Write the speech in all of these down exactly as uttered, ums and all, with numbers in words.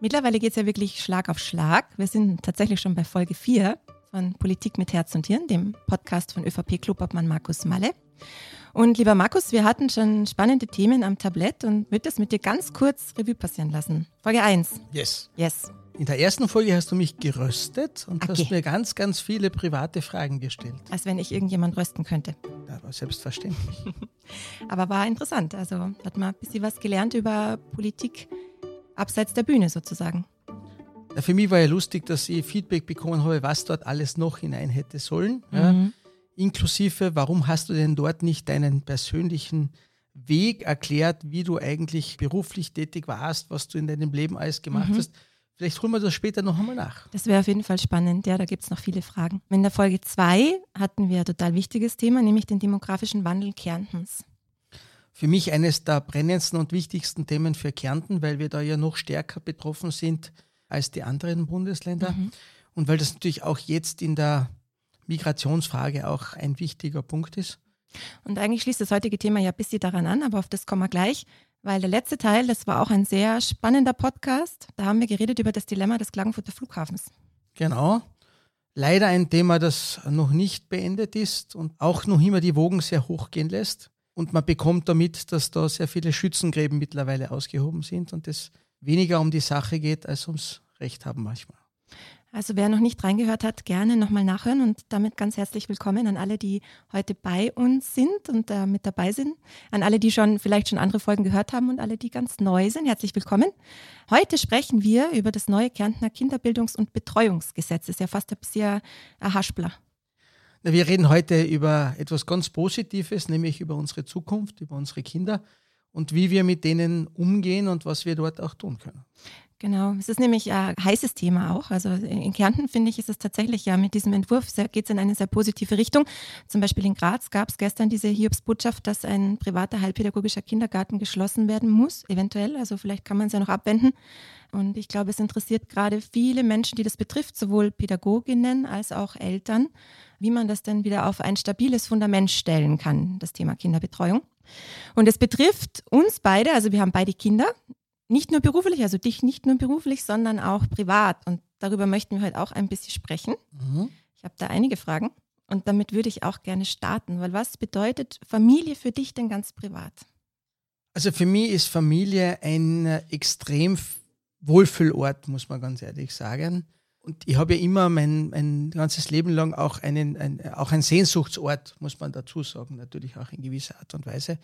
Mittlerweile geht es ja wirklich Schlag auf Schlag. Wir sind tatsächlich schon bei Folge vier von Politik mit Herz und Hirn, dem Podcast von ÖVP-Clubobmann Markus Malle. Und lieber Markus, wir hatten schon spannende Themen am Tablett und würde das mit dir ganz kurz Revue passieren lassen. Folge eins. Yes. Yes. In der ersten Folge hast du mich geröstet und Okay. hast mir ganz, ganz viele private Fragen gestellt. Als wenn ich irgendjemand rösten könnte. Das war selbstverständlich. Aber war interessant. Also hat man ein bisschen was gelernt über Politik abseits der Bühne sozusagen. Ja, für mich war ja lustig, dass ich Feedback bekommen habe, was dort alles noch hinein hätte sollen. Ja. Mhm. Inklusive, warum hast du denn dort nicht deinen persönlichen Weg erklärt, wie du eigentlich beruflich tätig warst, was du in deinem Leben alles gemacht Mhm. hast. Vielleicht holen wir das später noch einmal nach. Das wäre auf jeden Fall spannend. Ja, da gibt es noch viele Fragen. In der Folge zwei hatten wir ein total wichtiges Thema, nämlich den demografischen Wandel Kärntens. Für mich eines der brennendsten und wichtigsten Themen für Kärnten, weil wir da ja noch stärker betroffen sind als die anderen Bundesländer. Mhm. Und weil das natürlich auch jetzt in der Migrationsfrage auch ein wichtiger Punkt ist. Und eigentlich schließt das heutige Thema ja ein bisschen daran an, aber auf das kommen wir gleich, weil der letzte Teil, das war auch ein sehr spannender Podcast. Da haben wir geredet über das Dilemma des Klagenfurter Flughafens. Genau. Leider ein Thema, das noch nicht beendet ist und auch noch immer die Wogen sehr hoch gehen lässt. Und man bekommt damit, dass da sehr viele Schützengräben mittlerweile ausgehoben sind und es weniger um die Sache geht, als ums Recht haben manchmal. Also wer noch nicht reingehört hat, gerne nochmal nachhören und damit ganz herzlich willkommen an alle, die heute bei uns sind und äh, mit dabei sind. An alle, die schon vielleicht schon andere Folgen gehört haben und alle, die ganz neu sind, herzlich willkommen. Heute sprechen wir über das neue Kärntner Kinderbildungs- und Betreuungsgesetz. Das ist ja fast ein bisschen ein Haschbler. Na, wir reden heute über etwas ganz Positives, nämlich über unsere Zukunft, über unsere Kinder und wie wir mit denen umgehen und was wir dort auch tun können. Genau, es ist nämlich ein heißes Thema auch. Also in Kärnten, finde ich, ist es tatsächlich ja mit diesem Entwurf, geht es in eine sehr positive Richtung. Zum Beispiel in Graz gab es gestern diese Hiobsbotschaft, dass ein privater heilpädagogischer Kindergarten geschlossen werden muss, eventuell. Also vielleicht kann man es ja noch abwenden. Und ich glaube, es interessiert gerade viele Menschen, die das betrifft, sowohl Pädagoginnen als auch Eltern, wie man das denn wieder auf ein stabiles Fundament stellen kann, das Thema Kinderbetreuung. Und es betrifft uns beide, also wir haben beide Kinder. Nicht nur beruflich, also dich nicht nur beruflich, sondern auch privat. Und darüber möchten wir heute auch ein bisschen sprechen. Mhm. Ich habe da einige Fragen und damit würde ich auch gerne starten. Weil was bedeutet Familie für dich denn ganz privat? Also für mich ist Familie ein äh, extrem Wohlfühlort, muss man ganz ehrlich sagen. Und ich habe ja immer mein, mein ganzes Leben lang auch einen, ein, auch ein Sehnsuchtsort, muss man dazu sagen, natürlich auch in gewisser Art und Weise.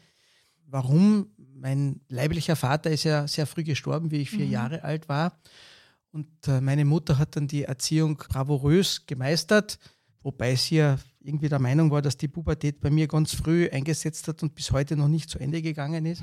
Warum? Mein leiblicher Vater ist ja sehr früh gestorben, wie ich vier Mhm. Jahre alt war. Und äh, meine Mutter hat dann die Erziehung bravourös gemeistert, wobei sie ja irgendwie der Meinung war, dass die Pubertät bei mir ganz früh eingesetzt hat und bis heute noch nicht zu Ende gegangen ist.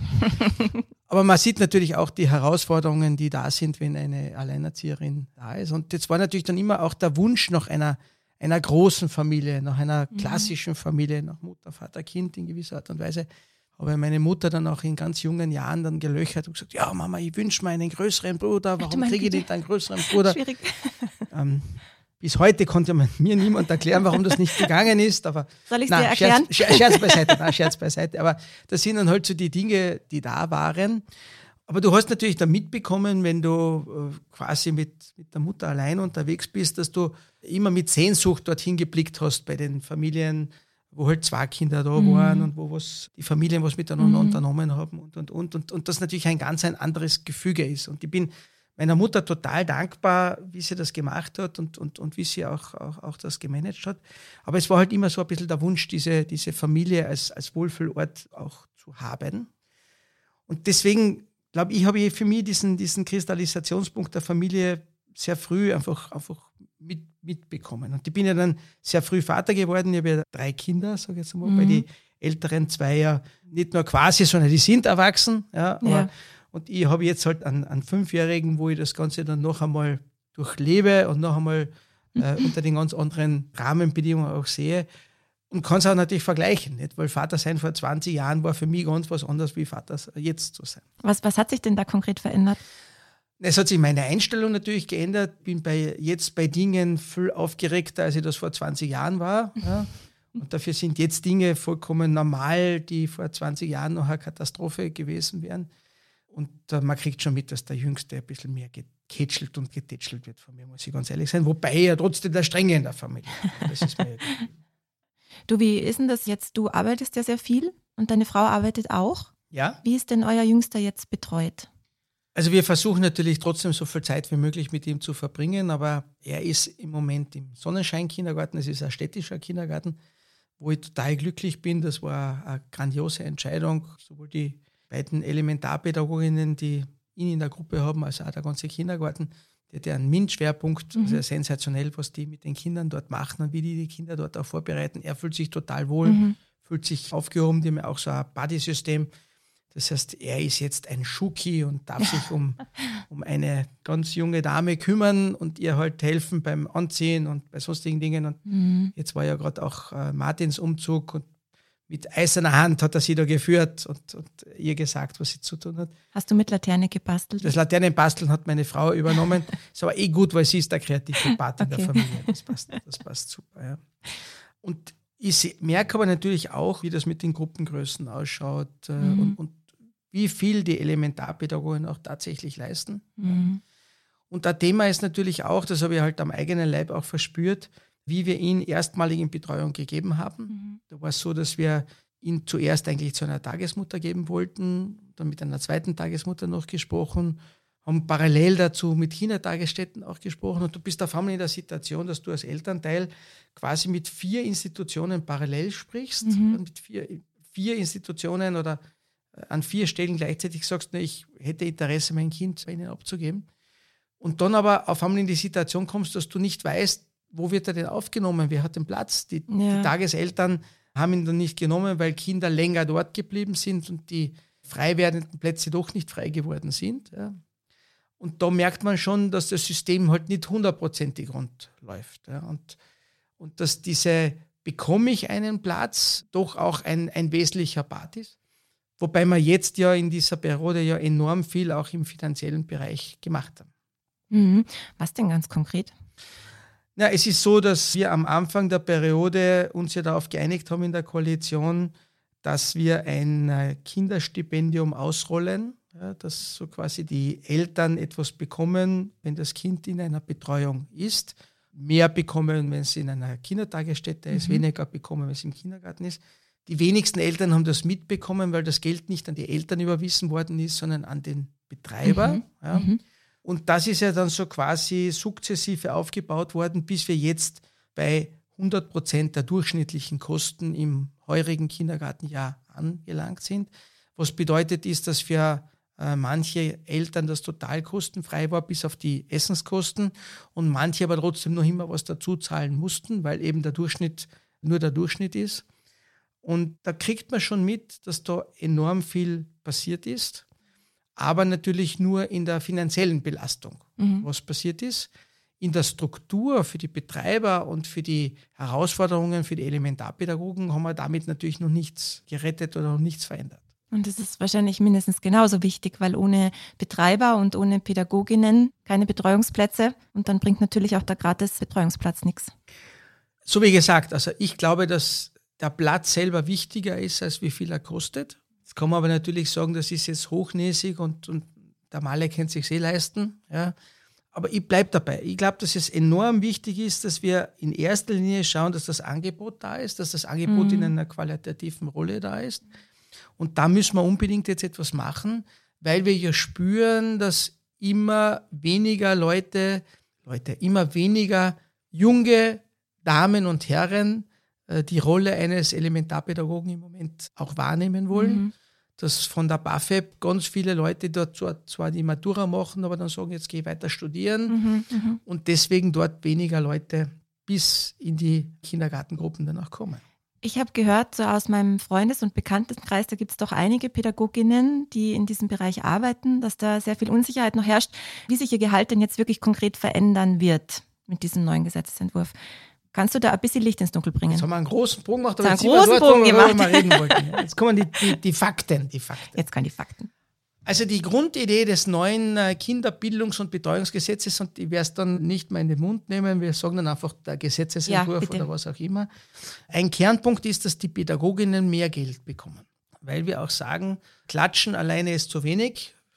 Aber man sieht natürlich auch die Herausforderungen, die da sind, wenn eine Alleinerzieherin da ist. Und jetzt war natürlich dann immer auch der Wunsch nach einer, einer großen Familie, nach einer Mhm. klassischen Familie, nach Mutter, Vater, Kind in gewisser Art und Weise. Aber meine Mutter dann auch in ganz jungen Jahren dann gelöchert und gesagt, ja Mama, ich wünsche mir einen größeren Bruder, warum meine kriege ich Güte. nicht einen größeren Bruder? Schwierig. Ähm, bis heute konnte man mir niemand erklären, warum das nicht gegangen ist. Aber Soll ich es nein, dir erklären? Scherz, Scherz, Scherz beiseite, nein, Scherz beiseite. Aber das sind dann halt so die Dinge, die da waren. Aber du hast natürlich da mitbekommen, wenn du äh, quasi mit, mit der Mutter allein unterwegs bist, dass du immer mit Sehnsucht dorthin geblickt hast bei den Familien, wo halt zwei Kinder da Mhm. waren und wo was, die Familien was miteinander Mhm. unternommen haben und, und, und, und, und das natürlich ein ganz ein anderes Gefüge ist. Und ich bin meiner Mutter total dankbar, wie sie das gemacht hat und, und, und wie sie auch, auch, auch das gemanagt hat. Aber es war halt immer so ein bisschen der Wunsch, diese, diese Familie als, als Wohlfühlort auch zu haben. Und deswegen, glaube ich, habe ich für mich diesen, diesen Kristallisationspunkt der Familie sehr früh einfach, einfach mit, mitbekommen. Und ich bin ja dann sehr früh Vater geworden. Ich habe ja drei Kinder, sage ich jetzt mal, Mhm. bei die älteren zwei ja nicht nur quasi, sondern die sind erwachsen. Ja, aber, Ja. Und ich habe jetzt halt einen, einen Fünfjährigen, wo ich das Ganze dann noch einmal durchlebe und noch einmal äh, unter den ganz anderen Rahmenbedingungen auch sehe. Und kann es auch natürlich vergleichen, nicht? Weil Vater sein vor zwanzig Jahren war für mich ganz was anderes, wie Vater jetzt zu sein. Was, was hat sich denn da konkret verändert? Es hat sich meine Einstellung natürlich geändert. Bin bei, jetzt bei Dingen viel aufgeregter, als ich das vor zwanzig Jahren war. Ja. Und dafür sind jetzt Dinge vollkommen normal, die vor zwanzig Jahren noch eine Katastrophe gewesen wären. Und äh, man kriegt schon mit, dass der Jüngste ein bisschen mehr getätschelt und getätschelt wird von mir, muss ich ganz ehrlich sein. Wobei ich ja trotzdem der Strenge in der Familie. Das ist mir Du, wie ist denn das jetzt? Du arbeitest ja sehr viel und deine Frau arbeitet auch. Ja. Wie ist denn euer Jüngster jetzt betreut? Also wir versuchen natürlich trotzdem so viel Zeit wie möglich mit ihm zu verbringen, aber er ist im Moment im Sonnenschein-Kindergarten, das ist ein städtischer Kindergarten, wo ich total glücklich bin. Das war eine grandiose Entscheidung, sowohl die beiden Elementarpädagoginnen, die ihn in der Gruppe haben, als auch der ganze Kindergarten. Der hat ja einen MINT-Schwerpunkt, mhm. also sensationell, was die mit den Kindern dort machen und wie die die Kinder dort auch vorbereiten. Er fühlt sich total wohl, mhm. fühlt sich aufgehoben, die haben ja auch so ein Buddy-System. Das heißt, er ist jetzt ein Schuki und darf sich um, um eine ganz junge Dame kümmern und ihr halt helfen beim Anziehen und bei sonstigen Dingen. Und mhm. jetzt war ja gerade auch äh, Martins Umzug und mit eiserner Hand hat er sie da geführt und, und ihr gesagt, was sie zu tun hat. Hast du mit Laterne gebastelt? Das Laternenbasteln hat meine Frau übernommen. Ist aber eh gut, weil sie ist der kreative Part in okay. der Familie. Das passt, das passt super. Ja. Und ich merke aber natürlich auch, wie das mit den Gruppengrößen ausschaut äh, mhm. und, und wie viel die Elementarpädagogen auch tatsächlich leisten. Mhm. Und das Thema ist natürlich auch, das habe ich halt am eigenen Leib auch verspürt, wie wir ihn erstmalig in Betreuung gegeben haben. Mhm. Da war es so, dass wir ihn zuerst eigentlich zu einer Tagesmutter geben wollten, dann mit einer zweiten Tagesmutter noch gesprochen, haben parallel dazu mit Kindertagesstätten auch gesprochen und du bist auf einmal in der Situation, dass du als Elternteil quasi mit vier Institutionen parallel sprichst, mhm. mit vier, vier Institutionen oder an vier Stellen gleichzeitig sagst, na, ich hätte Interesse, mein Kind bei ihnen abzugeben. Und dann aber auf einmal in die Situation kommst, dass du nicht weißt, wo wird er denn aufgenommen, wer hat den Platz. Die, ja. die Tageseltern haben ihn dann nicht genommen, weil Kinder länger dort geblieben sind und die frei werdenden Plätze doch nicht frei geworden sind. Ja. Und da merkt man schon, dass das System halt nicht hundertprozentig rund läuft. Ja. Und, und dass diese, bekomme ich einen Platz, doch auch ein, ein wesentlicher Part ist. Wobei wir jetzt ja in dieser Periode ja enorm viel auch im finanziellen Bereich gemacht haben. Mhm. Was denn ganz konkret? Na, es ist so, dass wir am Anfang der Periode uns ja darauf geeinigt haben in der Koalition, dass wir ein Kinderstipendium ausrollen, ja, dass so quasi die Eltern etwas bekommen, wenn das Kind in einer Betreuung ist, mehr bekommen, wenn es in einer Kindertagesstätte ist, mhm. weniger bekommen, wenn es im Kindergarten ist. Die wenigsten Eltern haben das mitbekommen, weil das Geld nicht an die Eltern überwiesen worden ist, sondern an den Betreiber. Mhm. Ja. Mhm. Und das ist ja dann so quasi sukzessive aufgebaut worden, bis wir jetzt bei hundert Prozent der durchschnittlichen Kosten im heurigen Kindergartenjahr angelangt sind. Was bedeutet ist, dass für äh, manche Eltern das total kostenfrei war, bis auf die Essenskosten und manche aber trotzdem noch immer was dazu zahlen mussten, weil eben der Durchschnitt nur der Durchschnitt ist. Und da kriegt man schon mit, dass da enorm viel passiert ist, aber natürlich nur in der finanziellen Belastung, mhm. was passiert ist. In der Struktur für die Betreiber und für die Herausforderungen für die Elementarpädagogen haben wir damit natürlich noch nichts gerettet oder noch nichts verändert. Und das ist wahrscheinlich mindestens genauso wichtig, weil ohne Betreiber und ohne Pädagoginnen keine Betreuungsplätze und dann bringt natürlich auch der Gratis-Betreuungsplatz nichts. So wie gesagt, also ich glaube, dass der Platz selber wichtiger ist, als wie viel er kostet. Jetzt kann man aber natürlich sagen, das ist jetzt hochnäsig und, und der Maler kann es sich eh leisten. Ja. Aber ich bleibe dabei. Ich glaube, dass es enorm wichtig ist, dass wir in erster Linie schauen, dass das Angebot da ist, dass das Angebot mhm. in einer qualitativen Rolle da ist. Und da müssen wir unbedingt jetzt etwas machen, weil wir ja spüren, dass immer weniger Leute, Leute, immer weniger junge Damen und Herren die Rolle eines Elementarpädagogen im Moment auch wahrnehmen wollen. Mhm. Dass von der BAföG ganz viele Leute dort zwar die Matura machen, aber dann sagen, jetzt gehe ich weiter studieren mhm, mhm. und deswegen dort weniger Leute bis in die Kindergartengruppen danach kommen. Ich habe gehört, so aus meinem Freundes- und Bekanntenkreis, da gibt es doch einige Pädagoginnen, die in diesem Bereich arbeiten, dass da sehr viel Unsicherheit noch herrscht, wie sich ihr Gehalt denn jetzt wirklich konkret verändern wird mit diesem neuen Gesetzesentwurf. Kannst du da ein bisschen Licht ins Dunkel bringen? Jetzt haben wir einen großen Bogen gemacht, aber jetzt einen großen Bogen gemacht. Wir reden wollten. Jetzt kommen die, die, die Fakten, die Fakten. Jetzt kommen die Fakten. Also die Grundidee des neuen Kinderbildungs- und Betreuungsgesetzes, und ich werde es dann nicht mehr in den Mund nehmen, wir sagen dann einfach der Gesetzesentwurf ja, oder was auch immer. Ein Kernpunkt ist, dass die Pädagoginnen mehr Geld bekommen. Weil wir auch sagen, Klatschen alleine ist zu wenig.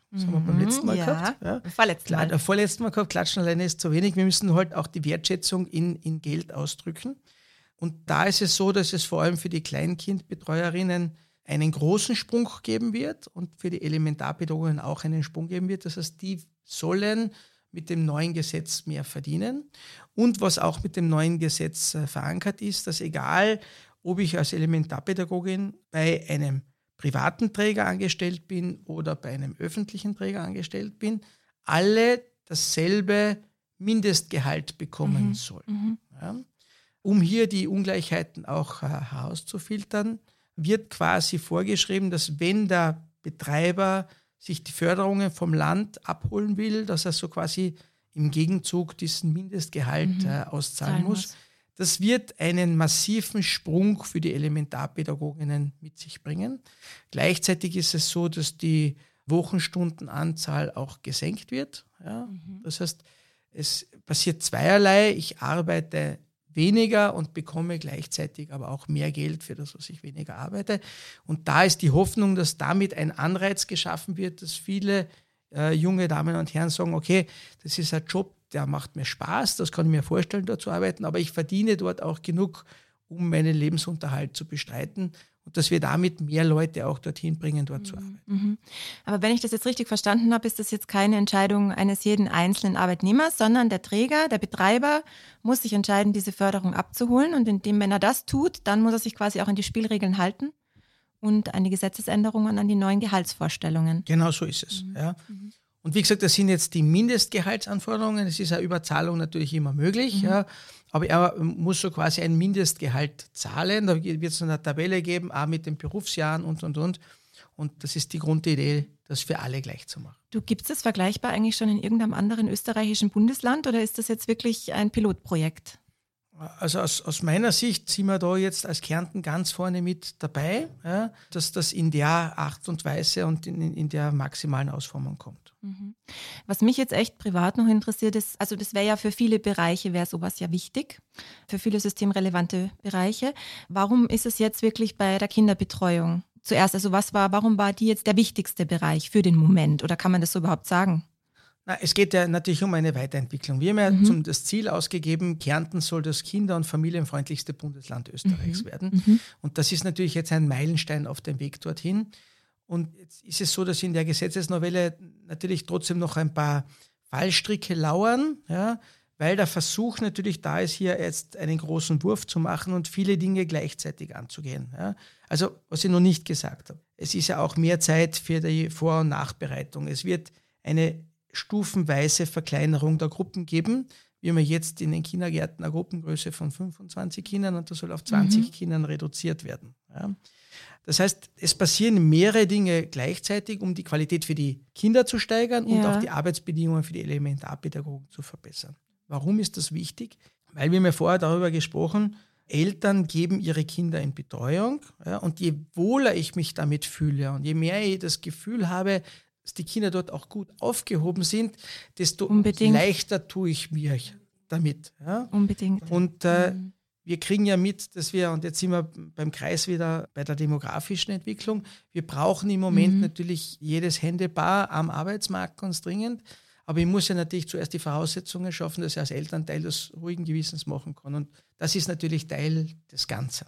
Das haben wir beim letzten Mal ja. gehabt. Ja. Vorletzten Mal. Klar, vorletzten Mal gehabt, klatschen alleine ist zu wenig. Wir müssen halt auch die Wertschätzung in, in Geld ausdrücken. Und da ist es so, dass es vor allem für die Kleinkindbetreuerinnen einen großen Sprung geben wird und für die Elementarpädagogen auch einen Sprung geben wird. Das heißt, die sollen mit dem neuen Gesetz mehr verdienen. Und was auch mit dem neuen Gesetz äh, verankert ist, dass egal, ob ich als Elementarpädagogin bei einem privaten Träger angestellt bin oder bei einem öffentlichen Träger angestellt bin, alle dasselbe Mindestgehalt bekommen Mhm. sollen. Mhm. Ja. Um hier die Ungleichheiten auch äh, herauszufiltern, wird quasi vorgeschrieben, dass wenn der Betreiber sich die Förderungen vom Land abholen will, dass er so quasi im Gegenzug diesen Mindestgehalt Mhm. äh, auszahlen Zahlen muss. muss. Das wird einen massiven Sprung für die Elementarpädagoginnen mit sich bringen. Gleichzeitig ist es so, dass die Wochenstundenanzahl auch gesenkt wird. Ja? Mhm. Das heißt, es passiert zweierlei. Ich arbeite weniger und bekomme gleichzeitig aber auch mehr Geld für das, was ich weniger arbeite. Und da ist die Hoffnung, dass damit ein Anreiz geschaffen wird, dass viele äh, junge Damen und Herren sagen, okay, das ist ein Job, der macht mir Spaß, das kann ich mir vorstellen, dort zu arbeiten, aber ich verdiene dort auch genug, um meinen Lebensunterhalt zu bestreiten und dass wir damit mehr Leute auch dorthin bringen, dort zu arbeiten. Mhm. Aber wenn ich das jetzt richtig verstanden habe, ist das jetzt keine Entscheidung eines jeden einzelnen Arbeitnehmers, sondern der Träger, der Betreiber muss sich entscheiden, diese Förderung abzuholen. Und indem, wenn er das tut, dann muss er sich quasi auch an die Spielregeln halten und an die Gesetzesänderungen und an die neuen Gehaltsvorstellungen. Genau so ist es. Mhm. Ja. Und wie gesagt, das sind jetzt die Mindestgehaltsanforderungen. Es ist eine Überzahlung natürlich immer möglich, Mhm. ja, aber er muss so quasi ein Mindestgehalt zahlen. Da wird es eine Tabelle geben, auch mit den Berufsjahren und, und, und. Und das ist die Grundidee, das für alle gleich zu machen. Du, gibt es das vergleichbar eigentlich schon in irgendeinem anderen österreichischen Bundesland oder ist das jetzt wirklich ein Pilotprojekt? Also aus, aus meiner Sicht sind wir da jetzt als Kärnten ganz vorne mit dabei, ja, dass das in der Art und Weise und in, in der maximalen Ausformung kommt. Mhm. Was mich jetzt echt privat noch interessiert ist, also das wäre ja für viele Bereiche, wäre sowas ja wichtig, für viele systemrelevante Bereiche. Warum ist es jetzt wirklich bei der Kinderbetreuung zuerst, also was war, warum war die jetzt der wichtigste Bereich für den Moment oder kann man das so überhaupt sagen? Na, es geht ja natürlich um eine Weiterentwicklung. Wir haben ja Mhm. zum, das Ziel ausgegeben, Kärnten soll das kinder- und familienfreundlichste Bundesland Österreichs Mhm. werden. Mhm. Und das ist natürlich jetzt ein Meilenstein auf dem Weg dorthin. Und jetzt ist es so, dass in der Gesetzesnovelle natürlich trotzdem noch ein paar Fallstricke lauern, ja, weil der Versuch natürlich da ist, hier jetzt einen großen Wurf zu machen und viele Dinge gleichzeitig anzugehen. Ja. Also, was ich noch nicht gesagt habe, es ist ja auch mehr Zeit für die Vor- und Nachbereitung. Es wird eine stufenweise Verkleinerung der Gruppen geben. Wir haben jetzt in den Kindergärten eine Gruppengröße von fünfundzwanzig Kindern und das soll auf zwanzig Mhm. Kindern reduziert werden. Ja. Das heißt, es passieren mehrere Dinge gleichzeitig, um die Qualität für die Kinder zu steigern und Ja. auch die Arbeitsbedingungen für die Elementarpädagogen zu verbessern. Warum ist das wichtig? Weil wir haben ja vorher darüber gesprochen, Eltern geben ihre Kinder in Betreuung, ja, und je wohler ich mich damit fühle und je mehr ich das Gefühl habe, dass die Kinder dort auch gut aufgehoben sind, desto Unbedingt. leichter tue ich mir damit. Ja. Unbedingt. Und äh, Mhm. wir kriegen ja mit, dass wir, und jetzt sind wir beim Kreis wieder bei der demografischen Entwicklung, wir brauchen im Moment Mhm. natürlich jedes Händepaar am Arbeitsmarkt ganz dringend, aber ich muss ja natürlich zuerst die Voraussetzungen schaffen, dass ich als Elternteil das ruhigen Gewissens machen kann. Und das ist natürlich Teil des Ganzen.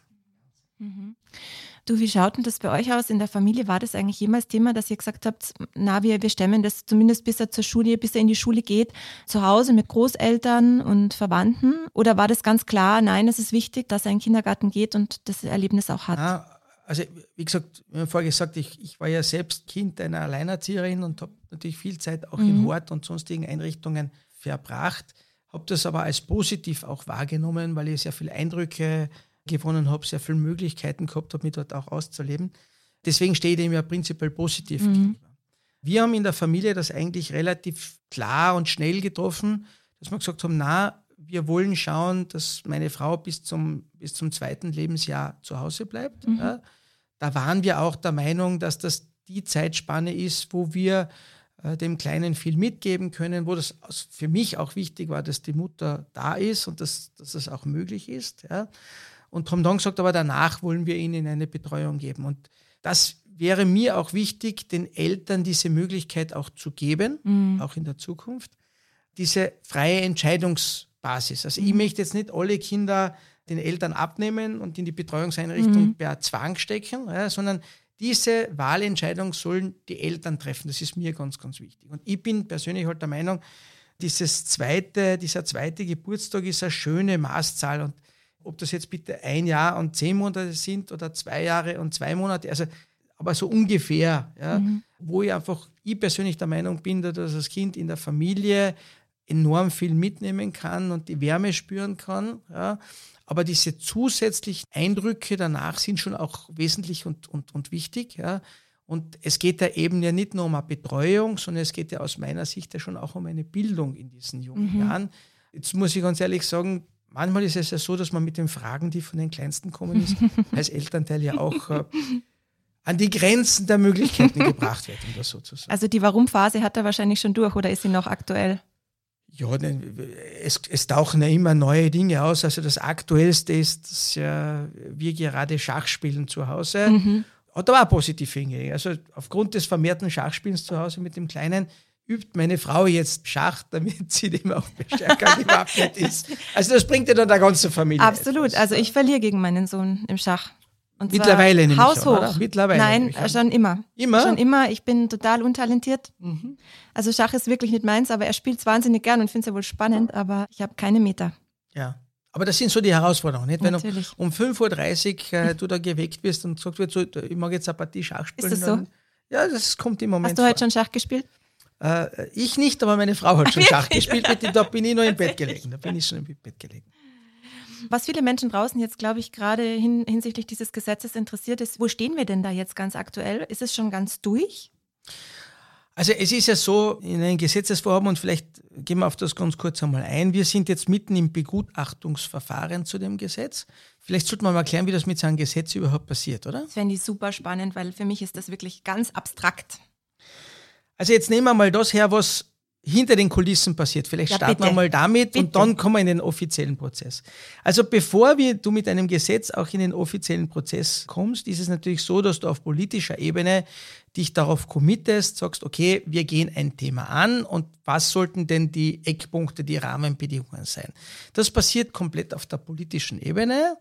Mhm. Du, wie schaut denn das bei euch aus in der Familie? War das eigentlich jemals Thema, dass ihr gesagt habt, na, wir, wir stemmen das zumindest bis er zur Schule, bis er in die Schule geht, zu Hause mit Großeltern und Verwandten? Oder war das ganz klar, nein, es ist wichtig, dass er in den Kindergarten geht und das Erlebnis auch hat? Ah, also wie gesagt, wir haben vorher gesagt, ich, ich war ja selbst Kind einer Alleinerzieherin und habe natürlich viel Zeit auch Mhm. in Hort und sonstigen Einrichtungen verbracht, habe das aber als positiv auch wahrgenommen, weil ich sehr viele Eindrücke gewonnen habe, sehr viele Möglichkeiten gehabt habe, mich dort auch auszuleben. Deswegen stehe ich dem ja prinzipiell positiv Mhm. gegenüber. Wir haben in der Familie das eigentlich relativ klar und schnell getroffen, dass wir gesagt haben, na, wir wollen schauen, dass meine Frau bis zum, bis zum zweiten Lebensjahr zu Hause bleibt. Mhm. Ja. Da waren wir auch der Meinung, dass das die Zeitspanne ist, wo wir äh, dem Kleinen viel mitgeben können, wo das aus- für mich auch wichtig war, dass die Mutter da ist und dass, dass das auch möglich ist. Ja. Und haben dann gesagt, aber danach wollen wir ihn in eine Betreuung geben. Und das wäre mir auch wichtig, den Eltern diese Möglichkeit auch zu geben, mhm. auch in der Zukunft, diese freie Entscheidungsbasis. Also mhm. ich möchte jetzt nicht alle Kinder den Eltern abnehmen und in die Betreuungseinrichtung mhm. per Zwang stecken, ja, sondern diese Wahlentscheidung sollen die Eltern treffen. Das ist mir ganz, ganz wichtig. Und ich bin persönlich halt der Meinung, dieses zweite, dieser zweite Geburtstag ist eine schöne Maßzahl. Und ob das jetzt bitte ein Jahr und zehn Monate sind oder zwei Jahre und zwei Monate, also aber so ungefähr, ja, mhm. wo ich einfach, ich persönlich der Meinung bin, dass das Kind in der Familie enorm viel mitnehmen kann und die Wärme spüren kann. Ja. Aber diese zusätzlichen Eindrücke danach sind schon auch wesentlich und, und, und wichtig. Ja. Und es geht da eben ja nicht nur um eine Betreuung, sondern es geht ja aus meiner Sicht ja schon auch um eine Bildung in diesen jungen mhm. Jahren. Jetzt muss ich ganz ehrlich sagen, manchmal ist es ja so, dass man mit den Fragen, die von den Kleinsten kommen, ist, als Elternteil ja auch äh, an die Grenzen der Möglichkeiten gebracht wird, um das so zu sagen. Also die Warum-Phase hat er wahrscheinlich schon durch oder ist sie noch aktuell? Ja, es, es tauchen ja immer neue Dinge aus. Also das Aktuellste ist, dass ja, wir gerade Schach spielen zu Hause. Mhm. Hat aber auch positive Dinge. Also aufgrund des vermehrten Schachspielens zu Hause mit dem Kleinen übt meine Frau jetzt Schach, damit sie dem auch stärker gewappnet ist. Also das bringt ja dann der ganzen Familie Absolut. etwas. Also ich verliere gegen meinen Sohn im Schach. Und Mittlerweile nämlich haushoch. Schon, oder? Mittlerweile Nein, schon immer. Immer? Schon immer. Ich bin total untalentiert. Mhm. Also Schach ist wirklich nicht meins, aber er spielt es wahnsinnig gern und findet es ja wohl spannend, aber ich habe keine Meter. Ja, aber das sind so die Herausforderungen, nicht? Wenn Natürlich. um, um fünf Uhr dreißig äh, du da geweckt wirst und gesagt wird, so, ich mag jetzt eine Partie Schach spielen. Ist das so? Dann, ja, das kommt im Moment Hast du vor. heute schon Schach gespielt? Äh, ich nicht, aber meine Frau hat schon Schach gespielt. Da bin ich noch im Bett gelegen. Da bin ich schon im Bett gelegen. Was viele Menschen draußen jetzt, glaube ich, gerade hin, hinsichtlich dieses Gesetzes interessiert ist, wo stehen wir denn da jetzt ganz aktuell? Ist es schon ganz durch? Also es ist ja so, in einem Gesetzesvorhaben, und vielleicht gehen wir auf das ganz kurz einmal ein, wir sind jetzt mitten im Begutachtungsverfahren zu dem Gesetz. Vielleicht sollte man mal erklären, wie das mit so einem Gesetz überhaupt passiert, oder? Das fände ich super spannend, weil für mich ist das wirklich ganz abstrakt. Also jetzt nehmen wir mal das her, was hinter den Kulissen passiert. Vielleicht ja, starten bitte. wir mal damit bitte. Und dann kommen wir in den offiziellen Prozess. Also bevor wir, du mit einem Gesetz auch in den offiziellen Prozess kommst, ist es natürlich so, dass du auf politischer Ebene dich darauf committest, sagst, okay, wir gehen ein Thema an und was sollten denn die Eckpunkte, die Rahmenbedingungen sein? Das passiert komplett auf der politischen Ebene,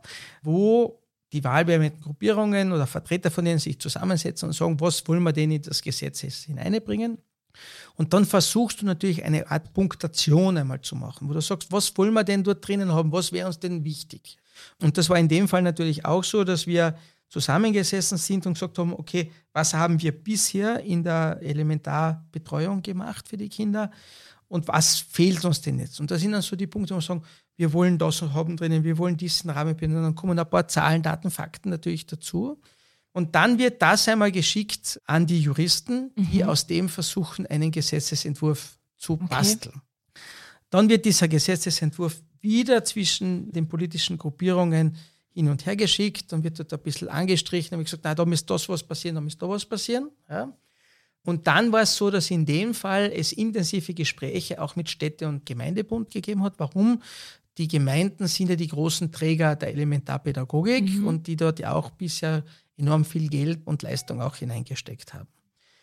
wo die wahlbeamten Gruppierungen oder Vertreter von denen sich zusammensetzen und sagen, was wollen wir denn in das Gesetz hineinbringen? Und dann versuchst du natürlich eine Art Punktation einmal zu machen, wo du sagst, was wollen wir denn dort drinnen haben, was wäre uns denn wichtig? Und das war in dem Fall natürlich auch so, dass wir zusammengesessen sind und gesagt haben, okay, was haben wir bisher in der Elementarbetreuung gemacht für die Kinder und was fehlt uns denn jetzt? Und da sind dann so die Punkte, wo wir sagen, wir wollen das haben drinnen, wir wollen diesen Rahmenbedingungen, dann kommen ein paar Zahlen, Daten, Fakten natürlich dazu. Und dann wird das einmal geschickt an die Juristen, die mhm. aus dem versuchen, einen Gesetzesentwurf zu okay. basteln. Dann wird dieser Gesetzesentwurf wieder zwischen den politischen Gruppierungen hin und her geschickt, dann wird dort ein bisschen angestrichen, dann habe ich gesagt, nein, da muss das was passieren, da muss da was passieren. Ja. Und dann war es so, dass in dem Fall es intensive Gespräche auch mit Städte- und Gemeindebund gegeben hat. Warum? Die Gemeinden sind ja die großen Träger der Elementarpädagogik mhm. und die dort ja auch bisher enorm viel Geld und Leistung auch hineingesteckt haben.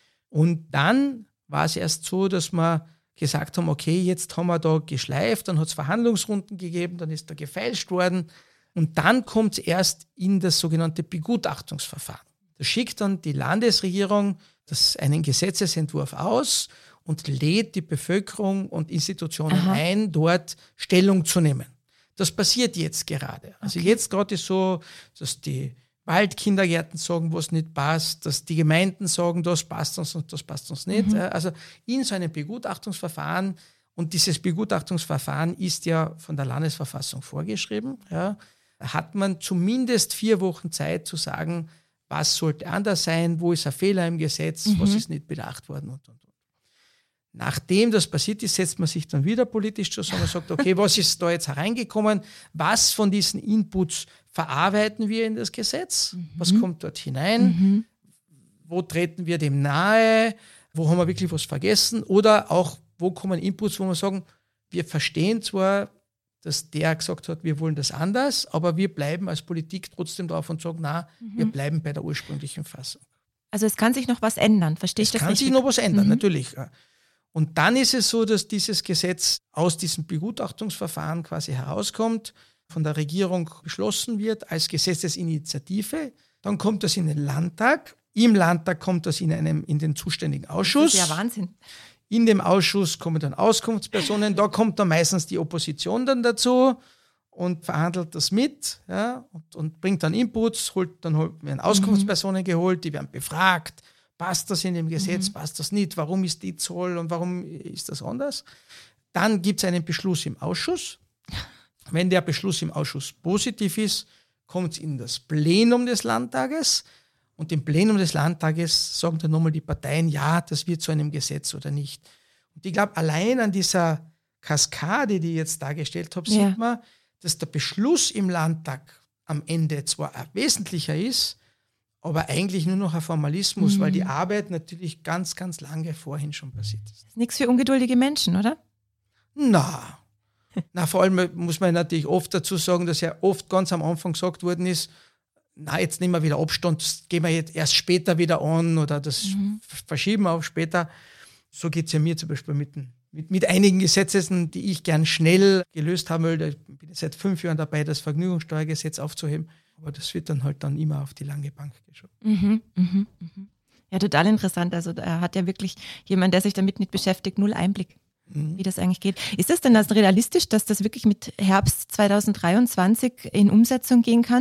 Und dann war es erst so, dass wir gesagt haben, okay, jetzt haben wir da geschleift, dann hat es Verhandlungsrunden gegeben, dann ist da gefeilscht worden und dann kommt es erst in das sogenannte Begutachtungsverfahren. Da schickt dann die Landesregierung das, einen Gesetzesentwurf aus und lädt die Bevölkerung und Institutionen Aha. ein, dort Stellung zu nehmen. Das passiert jetzt gerade. Also okay. jetzt gerade ist so, dass die Waldkindergärten sagen, was nicht passt, dass die Gemeinden sagen, das passt uns und das passt uns nicht. Mhm. Also in so einem Begutachtungsverfahren, und dieses Begutachtungsverfahren ist ja von der Landesverfassung vorgeschrieben, ja, hat man zumindest vier Wochen Zeit zu sagen, was sollte anders sein, wo ist ein Fehler im Gesetz, mhm. was ist nicht bedacht worden und, und, und. Nachdem das passiert ist, setzt man sich dann wieder politisch zusammen und sagt, okay, was ist da jetzt hereingekommen? Was von diesen Inputs verarbeiten wir in das Gesetz? Mhm. Was kommt dort hinein? Mhm. Wo treten wir dem nahe? Wo haben wir wirklich was vergessen? Oder auch, wo kommen Inputs, wo wir sagen, wir verstehen zwar, dass der gesagt hat, wir wollen das anders, aber wir bleiben als Politik trotzdem drauf und sagen, na, mhm. wir bleiben bei der ursprünglichen Fassung. Also es kann sich noch was ändern, verstehe ich das richtig? Es kann sich noch was ändern, mhm. natürlich. Und dann ist es so, dass dieses Gesetz aus diesem Begutachtungsverfahren quasi herauskommt, von der Regierung beschlossen wird als Gesetzesinitiative. Dann kommt das in den Landtag. Im Landtag kommt das in, einem, in den zuständigen Ausschuss. Das ist ja Wahnsinn. In dem Ausschuss kommen dann Auskunftspersonen. Da kommt dann meistens die Opposition dann dazu und verhandelt das mit, ja, und, und bringt dann Inputs, holt, dann holt, werden Auskunftspersonen mhm. geholt, die werden befragt. Passt das in dem Gesetz, mhm. passt das nicht? Warum ist die Zoll und warum ist das anders? Dann gibt es einen Beschluss im Ausschuss. Wenn der Beschluss im Ausschuss positiv ist, kommt es in das Plenum des Landtages. Und im Plenum des Landtages sagen dann nochmal die Parteien, ja, das wird zu einem Gesetz oder nicht. Und ich glaube, allein an dieser Kaskade, die ich jetzt dargestellt habe, ja. sieht man, dass der Beschluss im Landtag am Ende zwar ein wesentlicher ist, aber eigentlich nur noch ein Formalismus, mhm. weil die Arbeit natürlich ganz, ganz lange vorhin schon passiert ist. Das ist nichts für ungeduldige Menschen, oder? Na, na, vor allem muss man natürlich oft dazu sagen, dass ja oft ganz am Anfang gesagt worden ist, na, jetzt nehmen wir wieder Abstand, das gehen wir jetzt erst später wieder an oder das mhm. verschieben wir auf später. So geht es ja mir zum Beispiel mit, mit, mit einigen Gesetzen, die ich gern schnell gelöst haben will. Ich bin seit fünf Jahren dabei, das Vergnügungssteuergesetz aufzuheben. Aber das wird dann halt dann immer auf die lange Bank geschoben. Mhm, mhm, mhm. Ja, total interessant. Also da hat ja wirklich jemand, der sich damit nicht beschäftigt, null Einblick, mhm. wie das eigentlich geht. Ist es denn also realistisch, dass das wirklich mit Herbst zweitausenddreiundzwanzig in Umsetzung gehen kann?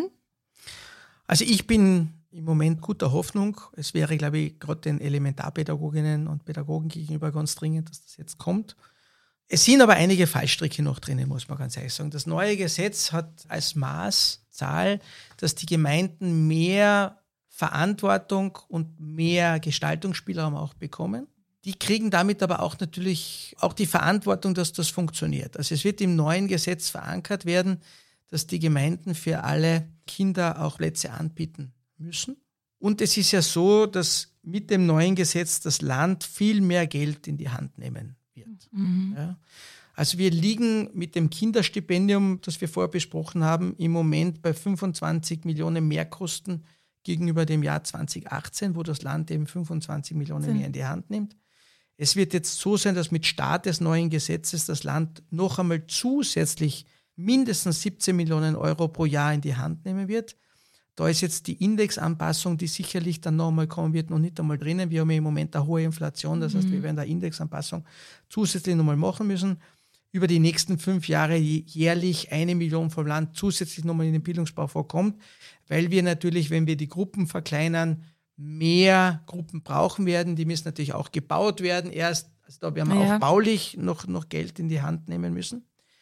Also ich bin im Moment guter Hoffnung. Es wäre, glaube ich, gerade den Elementarpädagoginnen und Pädagogen gegenüber ganz dringend, dass das jetzt kommt. Es sind aber einige Fallstricke noch drinnen, muss man ganz ehrlich sagen. Das neue Gesetz hat als Maßzahl, dass die Gemeinden mehr Verantwortung und mehr Gestaltungsspielraum auch bekommen. Die kriegen damit aber auch natürlich auch die Verantwortung, dass das funktioniert. Also es wird im neuen Gesetz verankert werden, dass die Gemeinden für alle Kinder auch Plätze anbieten müssen. Und es ist ja so, dass mit dem neuen Gesetz das Land viel mehr Geld in die Hand nehmen wird. Mhm. Ja. Also wir liegen mit dem Kinderstipendium, das wir vorher besprochen haben, im Moment bei fünfundzwanzig Millionen Mehrkosten gegenüber dem Jahr zweitausendachtzehn, wo das Land eben fünfundzwanzig Millionen mehr in die Hand nimmt. Es wird jetzt so sein, dass mit Start des neuen Gesetzes das Land noch einmal zusätzlich mindestens siebzehn Millionen Euro pro Jahr in die Hand nehmen wird. Da ist jetzt die Indexanpassung, die sicherlich dann noch einmal kommen wird, noch nicht einmal drinnen. Wir haben ja im Moment eine hohe Inflation, das heißt, wir werden eine Indexanpassung zusätzlich noch mal machen müssen. Über die nächsten fünf Jahre jährlich eine Million vom Land zusätzlich noch mal in den Bildungsbau vorkommt, weil wir natürlich, wenn wir die Gruppen verkleinern, mehr Gruppen brauchen werden. Die müssen natürlich auch gebaut werden erst. Also da werden wir ja. auch baulich noch, noch Geld in die Hand nehmen müssen.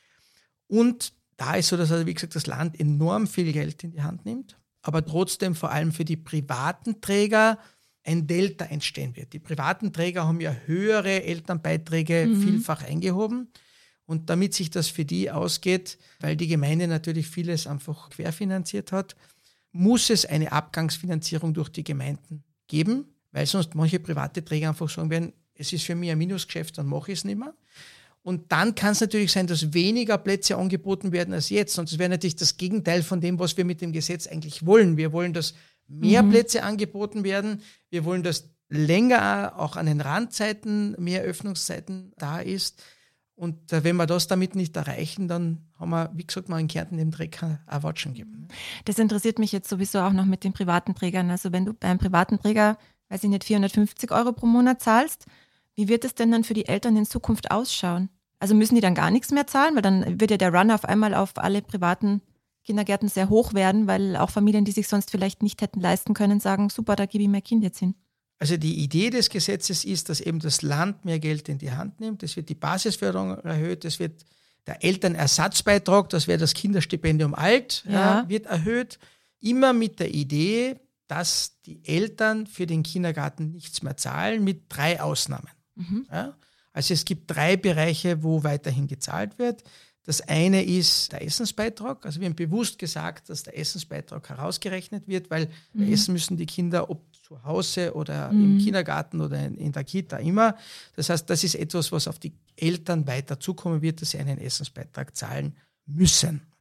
Und da ist so, dass, also wie gesagt, das Land enorm viel Geld in die Hand nimmt, aber trotzdem vor allem für die privaten Träger ein Delta entstehen wird. Die privaten Träger haben ja höhere Elternbeiträge mhm. vielfach eingehoben. Und damit sich das für die ausgeht, weil die Gemeinde natürlich vieles einfach querfinanziert hat, muss es eine Abgangsfinanzierung durch die Gemeinden geben, weil sonst manche private Träger einfach sagen werden, es ist für mich ein Minusgeschäft, dann mache ich es nicht mehr. Und dann kann es natürlich sein, dass weniger Plätze angeboten werden als jetzt. Und das wäre natürlich das Gegenteil von dem, was wir mit dem Gesetz eigentlich wollen. Wir wollen, dass mehr mhm. Plätze angeboten werden. Wir wollen, dass länger auch an den Randzeiten mehr Öffnungszeiten da ist. Und wenn wir das damit nicht erreichen, dann haben wir, wie gesagt, mal in Kärnten dem Dreck ein Watschen gegeben. Das interessiert mich jetzt sowieso auch noch mit den privaten Trägern. Also wenn du beim privaten Träger, weiß ich nicht, vierhundertfünfzig Euro pro Monat zahlst, wie wird es denn dann für die Eltern in Zukunft ausschauen? Also müssen die dann gar nichts mehr zahlen? Weil dann wird ja der Run auf einmal auf alle privaten Kindergärten sehr hoch werden, weil auch Familien, die sich sonst vielleicht nicht hätten leisten können, sagen, super, da gebe ich mein Kind jetzt hin. Also die Idee des Gesetzes ist, dass eben das Land mehr Geld in die Hand nimmt. Es wird die Basisförderung erhöht, es wird der Elternersatzbeitrag, das wäre das Kinderstipendium alt, ja. Ja, wird erhöht. Immer mit der Idee, dass die Eltern für den Kindergarten nichts mehr zahlen, mit drei Ausnahmen. Mhm. Ja? Also es gibt drei Bereiche, wo weiterhin gezahlt wird. Das eine ist der Essensbeitrag. Also wir haben bewusst gesagt, dass der Essensbeitrag herausgerechnet wird, weil mhm. essen müssen die Kinder, ob zu Hause oder mhm. im Kindergarten oder in, in der Kita immer. Das heißt, das ist etwas, was auf die Eltern weiter zukommen wird, dass sie einen Essensbeitrag zahlen müssen.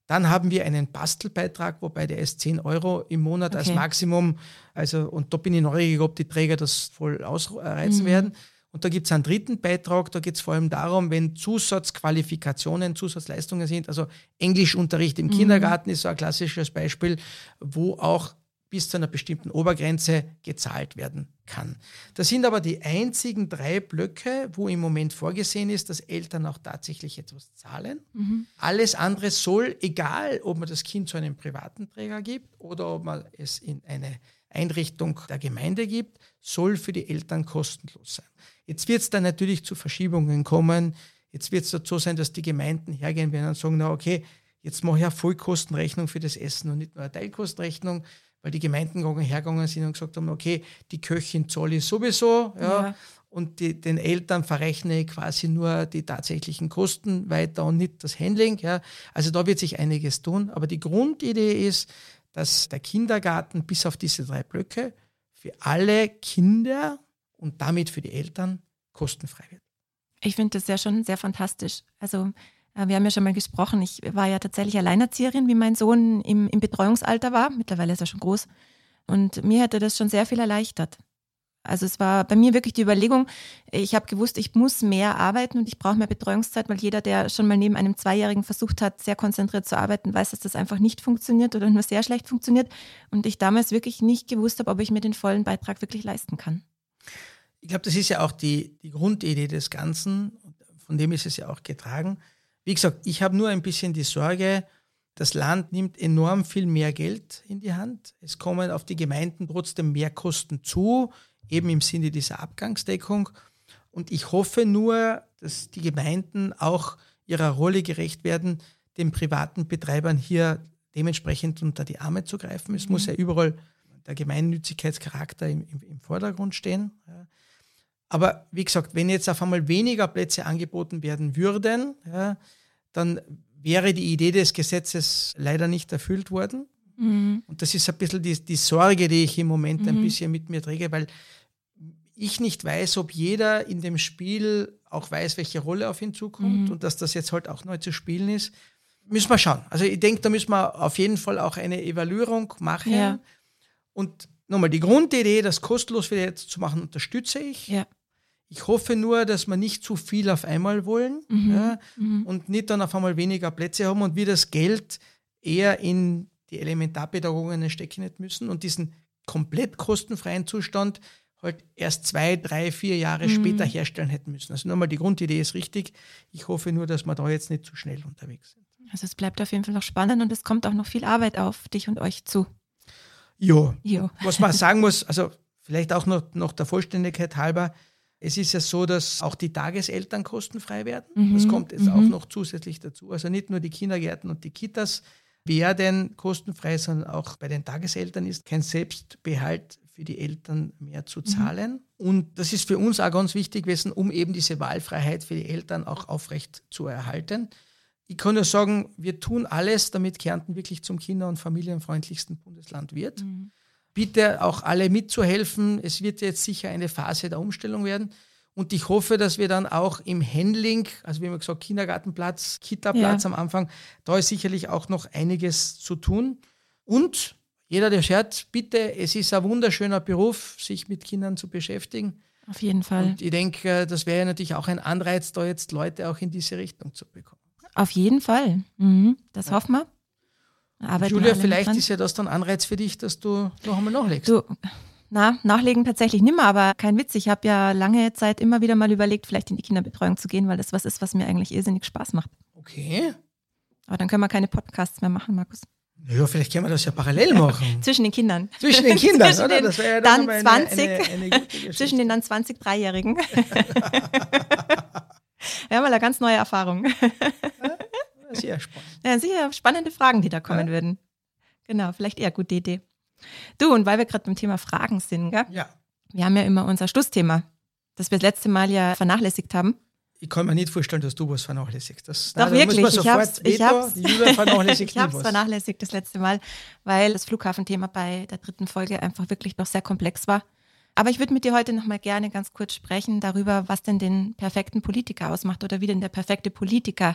Dann haben wir einen Bastelbeitrag, wobei der ist zehn Euro im Monat okay. als Maximum. Also, und da bin ich neugierig, ob die Träger das voll ausreizen mhm. werden. Und da gibt es einen dritten Beitrag, da geht es vor allem darum, wenn Zusatzqualifikationen, Zusatzleistungen sind, also Englischunterricht im mhm. Kindergarten ist so ein klassisches Beispiel, wo auch bis zu einer bestimmten Obergrenze gezahlt werden kann. Das sind aber die einzigen drei Blöcke, wo im Moment vorgesehen ist, dass Eltern auch tatsächlich etwas zahlen. Mhm. Alles andere soll, egal ob man das Kind zu einem privaten Träger gibt oder ob man es in eine Einrichtung der Gemeinde gibt, soll für die Eltern kostenlos sein. Jetzt wird es dann natürlich zu Verschiebungen kommen. Jetzt wird es dazu sein, dass die Gemeinden hergehen werden und sagen, na okay, jetzt mache ich eine Vollkostenrechnung für das Essen und nicht nur eine Teilkostenrechnung, weil die Gemeinden hergegangen sind und gesagt haben, okay, die Köchin zahle ich sowieso, ja, ja. und die, den Eltern verrechne ich quasi nur die tatsächlichen Kosten weiter und nicht das Handling. Ja. Also da wird sich einiges tun. Aber die Grundidee ist, dass der Kindergarten bis auf diese drei Blöcke für alle Kinder und damit für die Eltern kostenfrei wird. Ich finde das ja schon sehr fantastisch. Also wir haben ja schon mal gesprochen, ich war ja tatsächlich Alleinerzieherin, wie mein Sohn im, im Betreuungsalter war. Mittlerweile ist er schon groß. Und mir hätte das schon sehr viel erleichtert. Also es war bei mir wirklich die Überlegung, ich habe gewusst, ich muss mehr arbeiten und ich brauche mehr Betreuungszeit, weil jeder, der schon mal neben einem Zweijährigen versucht hat, sehr konzentriert zu arbeiten, weiß, dass das einfach nicht funktioniert oder nur sehr schlecht funktioniert. Und ich damals wirklich nicht gewusst habe, ob ich mir den vollen Beitrag wirklich leisten kann. Ich glaube, das ist ja auch die, die Grundidee des Ganzen, von dem ist es ja auch getragen. Wie gesagt, ich habe nur ein bisschen die Sorge, das Land nimmt enorm viel mehr Geld in die Hand. Es kommen auf die Gemeinden trotzdem mehr Kosten zu, eben im Sinne dieser Abgangsdeckung. Und ich hoffe nur, dass die Gemeinden auch ihrer Rolle gerecht werden, den privaten Betreibern hier dementsprechend unter die Arme zu greifen. Es mhm. muss ja überall der Gemeinnützigkeitscharakter im, im, im Vordergrund stehen. Ja. Aber wie gesagt, wenn jetzt auf einmal weniger Plätze angeboten werden würden, ja, dann wäre die Idee des Gesetzes leider nicht erfüllt worden. Mhm. Und das ist ein bisschen die, die Sorge, die ich im Moment mhm. ein bisschen mit mir träge, weil ich nicht weiß, ob jeder in dem Spiel auch weiß, welche Rolle auf ihn zukommt mhm. und dass das jetzt halt auch neu zu spielen ist. Müssen wir schauen. Also ich denke, da müssen wir auf jeden Fall auch eine Evaluierung machen. Ja. Und nochmal, die Grundidee, das kostenlos für die Eltern zu machen, unterstütze ich. Ja. Ich hoffe nur, dass wir nicht zu viel auf einmal wollen mhm. Ja, mhm. und nicht dann auf einmal weniger Plätze haben und wir das Geld eher in die Elementarpädagoginnen stecken nicht müssen und diesen komplett kostenfreien Zustand halt erst zwei, drei, vier Jahre mhm. später herstellen hätten müssen. Also nochmal, die Grundidee ist richtig. Ich hoffe nur, dass wir da jetzt nicht zu schnell unterwegs sind. Also es bleibt auf jeden Fall noch spannend und es kommt auch noch viel Arbeit auf dich und euch zu. Jo. jo. Was man sagen muss, also vielleicht auch noch, noch der Vollständigkeit halber, es ist ja so, dass auch die Tageseltern kostenfrei werden. Mhm. Das kommt jetzt mhm. auch noch zusätzlich dazu. Also nicht nur die Kindergärten und die Kitas werden kostenfrei, sondern auch bei den Tageseltern ist kein Selbstbehalt für die Eltern mehr zu zahlen. Mhm. Und das ist für uns auch ganz wichtig gewesen, um eben diese Wahlfreiheit für die Eltern auch aufrecht zu erhalten. Ich kann nur sagen, wir tun alles, damit Kärnten wirklich zum kinder- und familienfreundlichsten Bundesland wird. Mhm. Bitte auch alle mitzuhelfen. Es wird jetzt sicher eine Phase der Umstellung werden. Und ich hoffe, dass wir dann auch im Handling, also wie man gesagt, Kindergartenplatz, Kita-Platz ja. am Anfang, da ist sicherlich auch noch einiges zu tun. Und jeder, der hört, bitte, es ist ein wunderschöner Beruf, sich mit Kindern zu beschäftigen. Auf jeden Fall. Und ich denke, das wäre ja natürlich auch ein Anreiz, da jetzt Leute auch in diese Richtung zu bekommen. Auf jeden Fall. Mhm. Das ja. hoffen wir. Julia, vielleicht ist ja das dann Anreiz für dich, dass du noch einmal nachlegst. Du, na, nachlegen tatsächlich nimmer, aber kein Witz. Ich habe ja lange Zeit immer wieder mal überlegt, vielleicht in die Kinderbetreuung zu gehen, weil das was ist, was mir eigentlich irrsinnig Spaß macht. Okay. Aber dann können wir keine Podcasts mehr machen, Markus. Ja, vielleicht können wir das ja parallel machen. Zwischen den Kindern. Zwischen den Kindern, zwischen oder? Den das wäre ja dann dann zwanzig, eine, eine, eine gute Geschichte. Zwischen den dann zwanzig Dreijährigen. Wir haben mal eine ganz neue Erfahrung. Sehr spannend. Ja, sicher spannende Fragen, die da kommen ja. würden. Genau, vielleicht eher eine gute Idee. Du, und weil wir gerade beim Thema Fragen sind, gell? Ja. Wir haben ja immer unser Schlussthema, das wir das letzte Mal ja vernachlässigt haben. Ich kann mir nicht vorstellen, dass du was vernachlässigst. Das, Doch, nein, wirklich. Ich habe es ich ich hab's vernachlässigt das letzte Mal, weil das Flughafenthema bei der dritten Folge einfach wirklich doch sehr komplex war. Aber ich würde mit dir heute nochmal gerne ganz kurz sprechen darüber, was denn den perfekten Politiker ausmacht oder wie denn der perfekte Politiker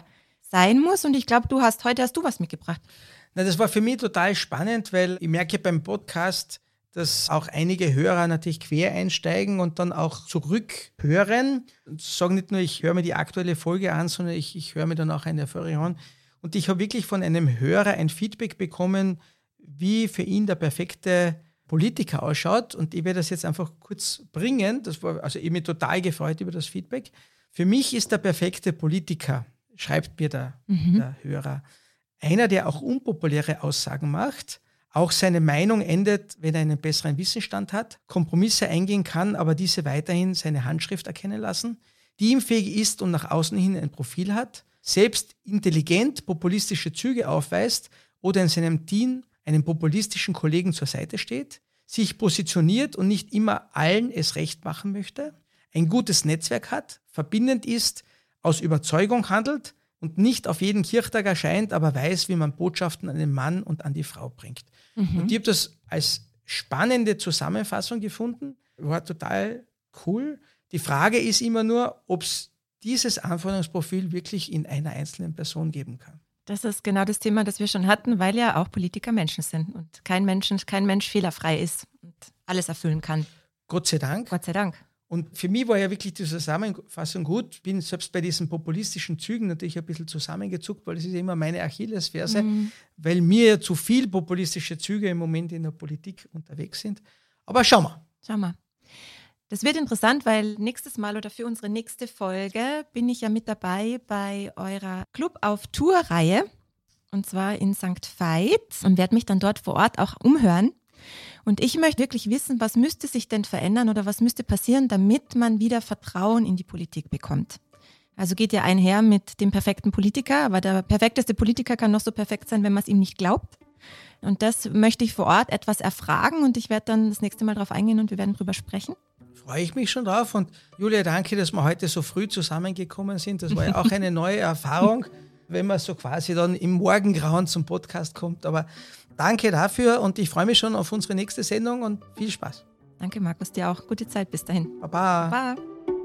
sein muss. Und ich glaube, du hast heute hast du was mitgebracht. Na, das war für mich total spannend, weil ich merke beim Podcast, dass auch einige Hörer natürlich quer einsteigen und dann auch zurückhören. Und sagen nicht nur, ich höre mir die aktuelle Folge an, sondern ich, ich höre mir dann auch eine vorherige an. Und ich habe wirklich von einem Hörer ein Feedback bekommen, wie für ihn der perfekte Politiker ausschaut. Und ich werde das jetzt einfach kurz bringen. Das war, also ich bin total gefreut über das Feedback. Für mich ist der perfekte Politiker, schreibt mir der, mhm. der Hörer, einer, der auch unpopuläre Aussagen macht, auch seine Meinung endet, wenn er einen besseren Wissensstand hat, Kompromisse eingehen kann, aber diese weiterhin seine Handschrift erkennen lassen, teamfähig ist und nach außen hin ein Profil hat, selbst intelligent populistische Züge aufweist oder in seinem Team einem populistischen Kollegen zur Seite steht, sich positioniert und nicht immer allen es recht machen möchte, ein gutes Netzwerk hat, verbindend ist, aus Überzeugung handelt und nicht auf jeden Kirchtag erscheint, aber weiß, wie man Botschaften an den Mann und an die Frau bringt. Mhm. Und ich habe das als spannende Zusammenfassung gefunden, war total cool. Die Frage ist immer nur, ob es dieses Anforderungsprofil wirklich in einer einzelnen Person geben kann. Das ist genau das Thema, das wir schon hatten, weil ja auch Politiker Menschen sind und kein Mensch, kein Mensch fehlerfrei ist und alles erfüllen kann. Gott sei Dank. Gott sei Dank. Und für mich war ja wirklich die Zusammenfassung gut. Bin selbst bei diesen populistischen Zügen natürlich ein bisschen zusammengezuckt, weil es ist ja immer meine Achillesferse, mhm. weil mir ja zu viel populistische Züge im Moment in der Politik unterwegs sind. Aber schauen wir. Schauen wir. Das wird interessant, weil nächstes Mal oder für unsere nächste Folge bin ich ja mit dabei bei eurer Club auf Tour-Reihe und zwar in Sankt Veit und werde mich dann dort vor Ort auch umhören. Und ich möchte wirklich wissen, was müsste sich denn verändern oder was müsste passieren, damit man wieder Vertrauen in die Politik bekommt. Also geht ja einher mit dem perfekten Politiker, aber der perfekteste Politiker kann noch so perfekt sein, wenn man es ihm nicht glaubt. Und das möchte ich vor Ort etwas erfragen und ich werde dann das nächste Mal drauf eingehen und wir werden drüber sprechen. Freue ich mich schon drauf und Julia, danke, dass wir heute so früh zusammengekommen sind. Das war ja auch eine neue Erfahrung, wenn man so quasi dann im Morgengrauen zum Podcast kommt. Aber danke dafür und ich freue mich schon auf unsere nächste Sendung und viel Spaß. Danke Markus, dir auch. Gute Zeit bis dahin. Baba. Baba.